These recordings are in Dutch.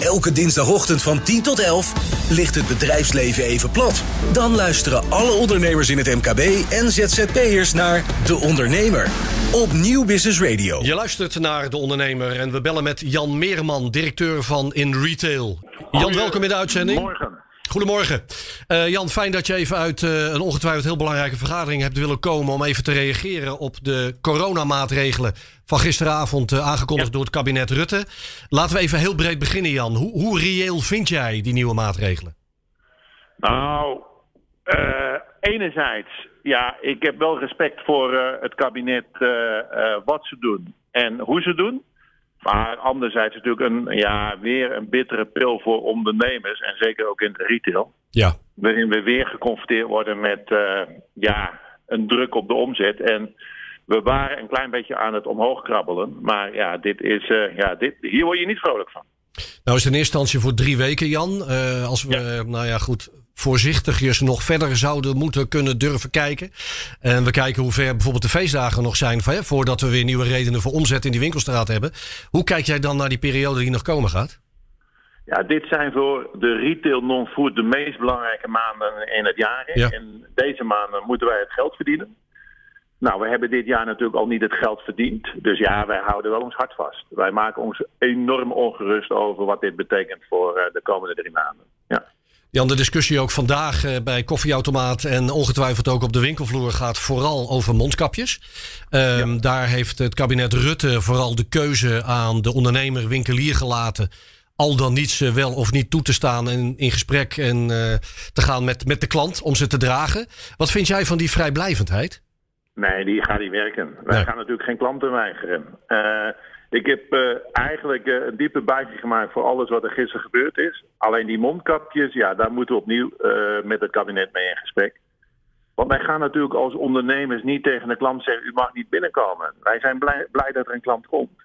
Elke dinsdagochtend van 10 tot 11 ligt het bedrijfsleven even plat. Dan luisteren alle ondernemers in het MKB en ZZP'ers naar De Ondernemer op Nieuw Business Radio. Je luistert naar De Ondernemer en we bellen met Jan Meerman, directeur van In Retail. Jan, welkom in de uitzending. Morgen. Goedemorgen. Jan, fijn dat je even uit een ongetwijfeld heel belangrijke vergadering hebt willen komen om even te reageren op de coronamaatregelen van gisteravond aangekondigd door het kabinet Rutte. Laten we even heel breed beginnen, Jan. Hoe reëel vind jij die nieuwe maatregelen? Nou, enerzijds, ja, ik heb wel respect voor het kabinet wat ze doen en hoe ze doen. Maar anderzijds natuurlijk weer een bittere pil voor ondernemers en zeker ook in de retail. Ja. Waarin we weer geconfronteerd worden met een druk op de omzet. En we waren een klein beetje aan het omhoog krabbelen. Maar ja, hier word je niet vrolijk van. Nou is het in eerste instantie voor 3 weken, Jan. Als we, voorzichtigjes nog verder zouden moeten kunnen durven kijken. En we kijken hoe ver bijvoorbeeld de feestdagen nog zijn voordat we weer nieuwe redenen voor omzet in die winkelstraat hebben. Hoe kijk jij dan naar die periode die nog komen gaat? Ja, dit zijn voor de retail non-food de meest belangrijke maanden in het jaar. Ja. En deze maanden moeten wij het geld verdienen. Nou, we hebben dit jaar natuurlijk al niet het geld verdiend. Dus ja, wij houden wel ons hart vast. Wij maken ons enorm ongerust over wat dit betekent voor de komende 3 maanden. Ja. Jan, de discussie ook vandaag bij koffieautomaat en ongetwijfeld ook op de winkelvloer gaat vooral over mondkapjes. Daar heeft het kabinet Rutte vooral de keuze aan de ondernemer, winkelier gelaten. Al dan niet ze wel of niet toe te staan en in gesprek en te gaan met de klant om ze te dragen. Wat vind jij van die vrijblijvendheid? Nee, die gaat niet werken. Wij gaan natuurlijk geen klanten weigeren. Ik heb eigenlijk een diepe buiging gemaakt voor alles wat er gisteren gebeurd is. Alleen die mondkapjes, ja, daar moeten we opnieuw met het kabinet mee in gesprek. Want wij gaan natuurlijk als ondernemers niet tegen de klant zeggen, u mag niet binnenkomen. Wij zijn blij dat er een klant komt.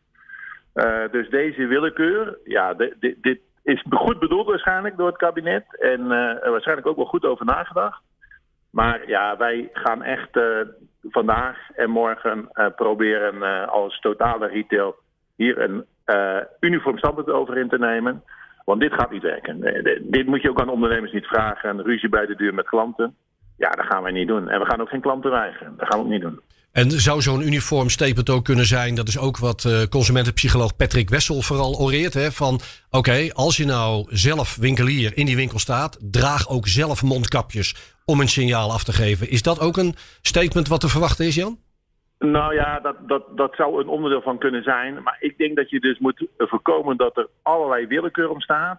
Dus deze willekeur, ja, dit is goed bedoeld waarschijnlijk door het kabinet. En waarschijnlijk ook wel goed over nagedacht. Maar ja, wij gaan echt vandaag en morgen proberen als totale retail hier een uniform standpunt over in te nemen. Want dit gaat niet werken. Dit moet je ook aan ondernemers niet vragen. Een ruzie bij de deur met klanten. Ja, dat gaan wij niet doen. En we gaan ook geen klanten weigeren. Dat gaan we ook niet doen. En zou zo'n uniform statement ook kunnen zijn, dat is ook wat consumentenpsycholoog Patrick Wessel vooral oreert. Van oké, als je nou zelf winkelier in die winkel staat, draag ook zelf mondkapjes om een signaal af te geven. Is dat ook een statement wat te verwachten is, Jan? Nou ja, dat zou een onderdeel van kunnen zijn. Maar ik denk dat je dus moet voorkomen dat er allerlei willekeur ontstaat.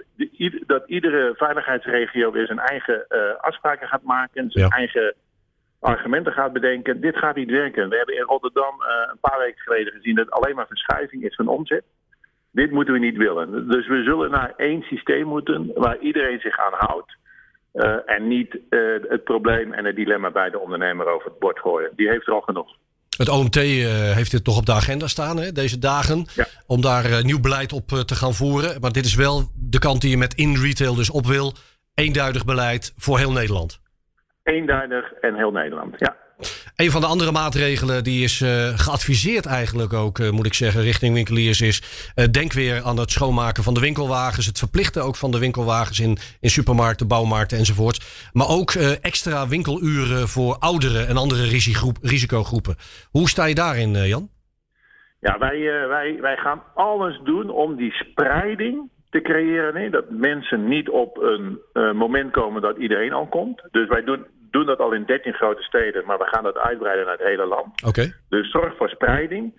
Dat iedere veiligheidsregio weer zijn eigen afspraken gaat maken. Zijn eigen argumenten gaat bedenken. Dit gaat niet werken. We hebben in Rotterdam een paar weken geleden gezien dat alleen maar verschuiving is van omzet. Dit moeten we niet willen. Dus we zullen naar één systeem moeten waar iedereen zich aan houdt. En niet het probleem en het dilemma bij de ondernemer over het bord gooien. Die heeft er al genoeg. Het OMT heeft dit toch op de agenda staan deze dagen. Ja. Om daar nieuw beleid op te gaan voeren. Maar dit is wel de kant die je met In Retail dus op wil. Eenduidig beleid voor heel Nederland. Eenduidig en heel Nederland, ja. Een van de andere maatregelen die is geadviseerd eigenlijk ook, moet ik zeggen, richting winkeliers is, denk weer aan het schoonmaken van de winkelwagens. Het verplichten ook van de winkelwagens in supermarkten, bouwmarkten enzovoort. Maar ook extra winkeluren voor ouderen en andere risicogroepen. Hoe sta je daarin, Jan? Ja, wij gaan alles doen om die spreiding te creëren. Nee? Dat mensen niet op een moment komen dat iedereen al komt. Dus wij doen dat al in 13 grote steden, maar we gaan dat uitbreiden naar het hele land. Okay. Dus zorg voor spreiding.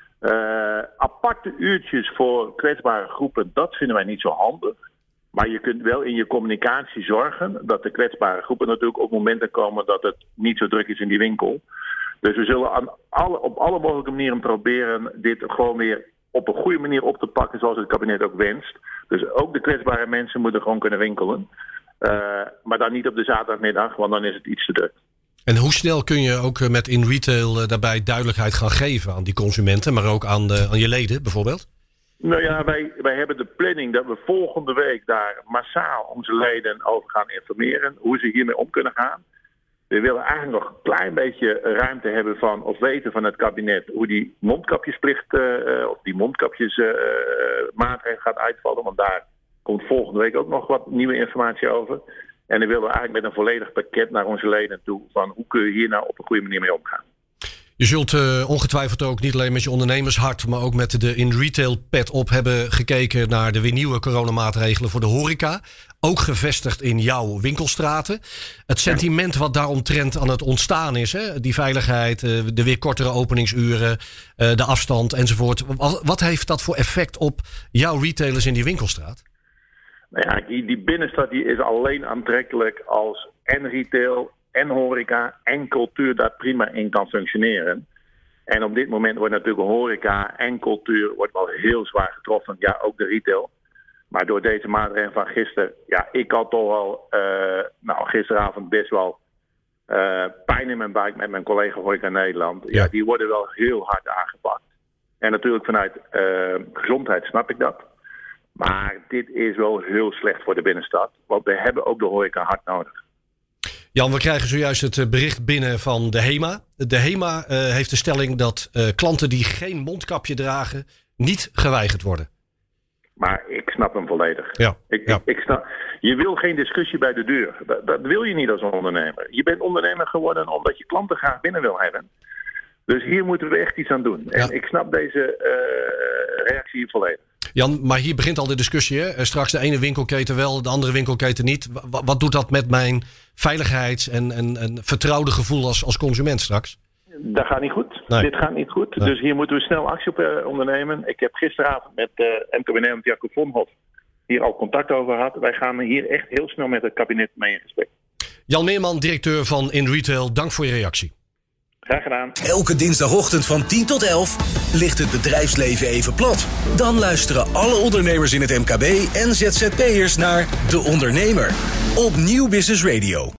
Aparte uurtjes voor kwetsbare groepen, dat vinden wij niet zo handig. Maar je kunt wel in je communicatie zorgen dat de kwetsbare groepen natuurlijk op momenten komen dat het niet zo druk is in die winkel. Dus we zullen op alle mogelijke manieren proberen dit gewoon weer op een goede manier op te pakken zoals het kabinet ook wenst. Dus ook de kwetsbare mensen moeten gewoon kunnen winkelen. Maar dan niet op de zaterdagmiddag, want dan is het iets te druk. En hoe snel kun je ook met In Retail daarbij duidelijkheid gaan geven aan die consumenten, maar ook aan je leden bijvoorbeeld? Nou ja, wij hebben de planning dat we volgende week daar massaal onze leden over gaan informeren. Hoe ze hiermee om kunnen gaan. We willen eigenlijk nog een klein beetje ruimte hebben van, of weten van het kabinet hoe die mondkapjesplicht of die mondkapjesmaatregel gaat uitvallen. Want daar Komt volgende week ook nog wat nieuwe informatie over. En dan willen we eigenlijk met een volledig pakket naar onze leden toe. Van hoe kun je hier nou op een goede manier mee omgaan. Je zult ongetwijfeld ook niet alleen met je ondernemershart, maar ook met de in retail pet op hebben gekeken naar de weer nieuwe coronamaatregelen voor de horeca. Ook gevestigd in jouw winkelstraten. Het sentiment wat daaromtrent aan het ontstaan is, hè? Die veiligheid, de weer kortere openingsuren, de afstand enzovoort. Wat heeft dat voor effect op jouw retailers in die winkelstraat? Nou ja, die binnenstad die is alleen aantrekkelijk als en retail en horeca en cultuur daar prima in kan functioneren. En op dit moment wordt natuurlijk horeca en cultuur wordt wel heel zwaar getroffen. Ja, ook de retail. Maar door deze maatregelen van gisteren, ja, ik had toch wel gisteravond best wel pijn in mijn buik met mijn collega Horeca Nederland. Ja, die worden wel heel hard aangepakt. En natuurlijk vanuit gezondheid snap ik dat. Maar dit is wel heel slecht voor de binnenstad. Want we hebben ook de horeca hard nodig. Jan, we krijgen zojuist het bericht binnen van de HEMA. De HEMA heeft de stelling dat klanten die geen mondkapje dragen niet geweigerd worden. Maar ik snap hem volledig. Ja. Ik snap. Je wil geen discussie bij de deur. Dat wil je niet als ondernemer. Je bent ondernemer geworden omdat je klanten graag binnen wil hebben. Dus hier moeten we echt iets aan doen. En ik snap deze reactie volledig. Jan, maar hier begint al de discussie. Hè? Straks de ene winkelketen wel, de andere winkelketen niet. Wat doet dat met mijn veiligheids- en vertrouwde gevoel als consument straks? Dat gaat niet goed. Nee. Dit gaat niet goed. Nee. Dus hier moeten we snel actie op ondernemen. Ik heb gisteravond met MKB met Jacob Vonhoff hier al contact over gehad. Wij gaan hier echt heel snel met het kabinet mee in gesprek. Jan Meerman, directeur van In Retail. Dank voor je reactie. Graag gedaan. Elke dinsdagochtend van 10 tot 11 ligt het bedrijfsleven even plat. Dan luisteren alle ondernemers in het MKB en ZZP'ers naar De Ondernemer op Nieuw Business Radio.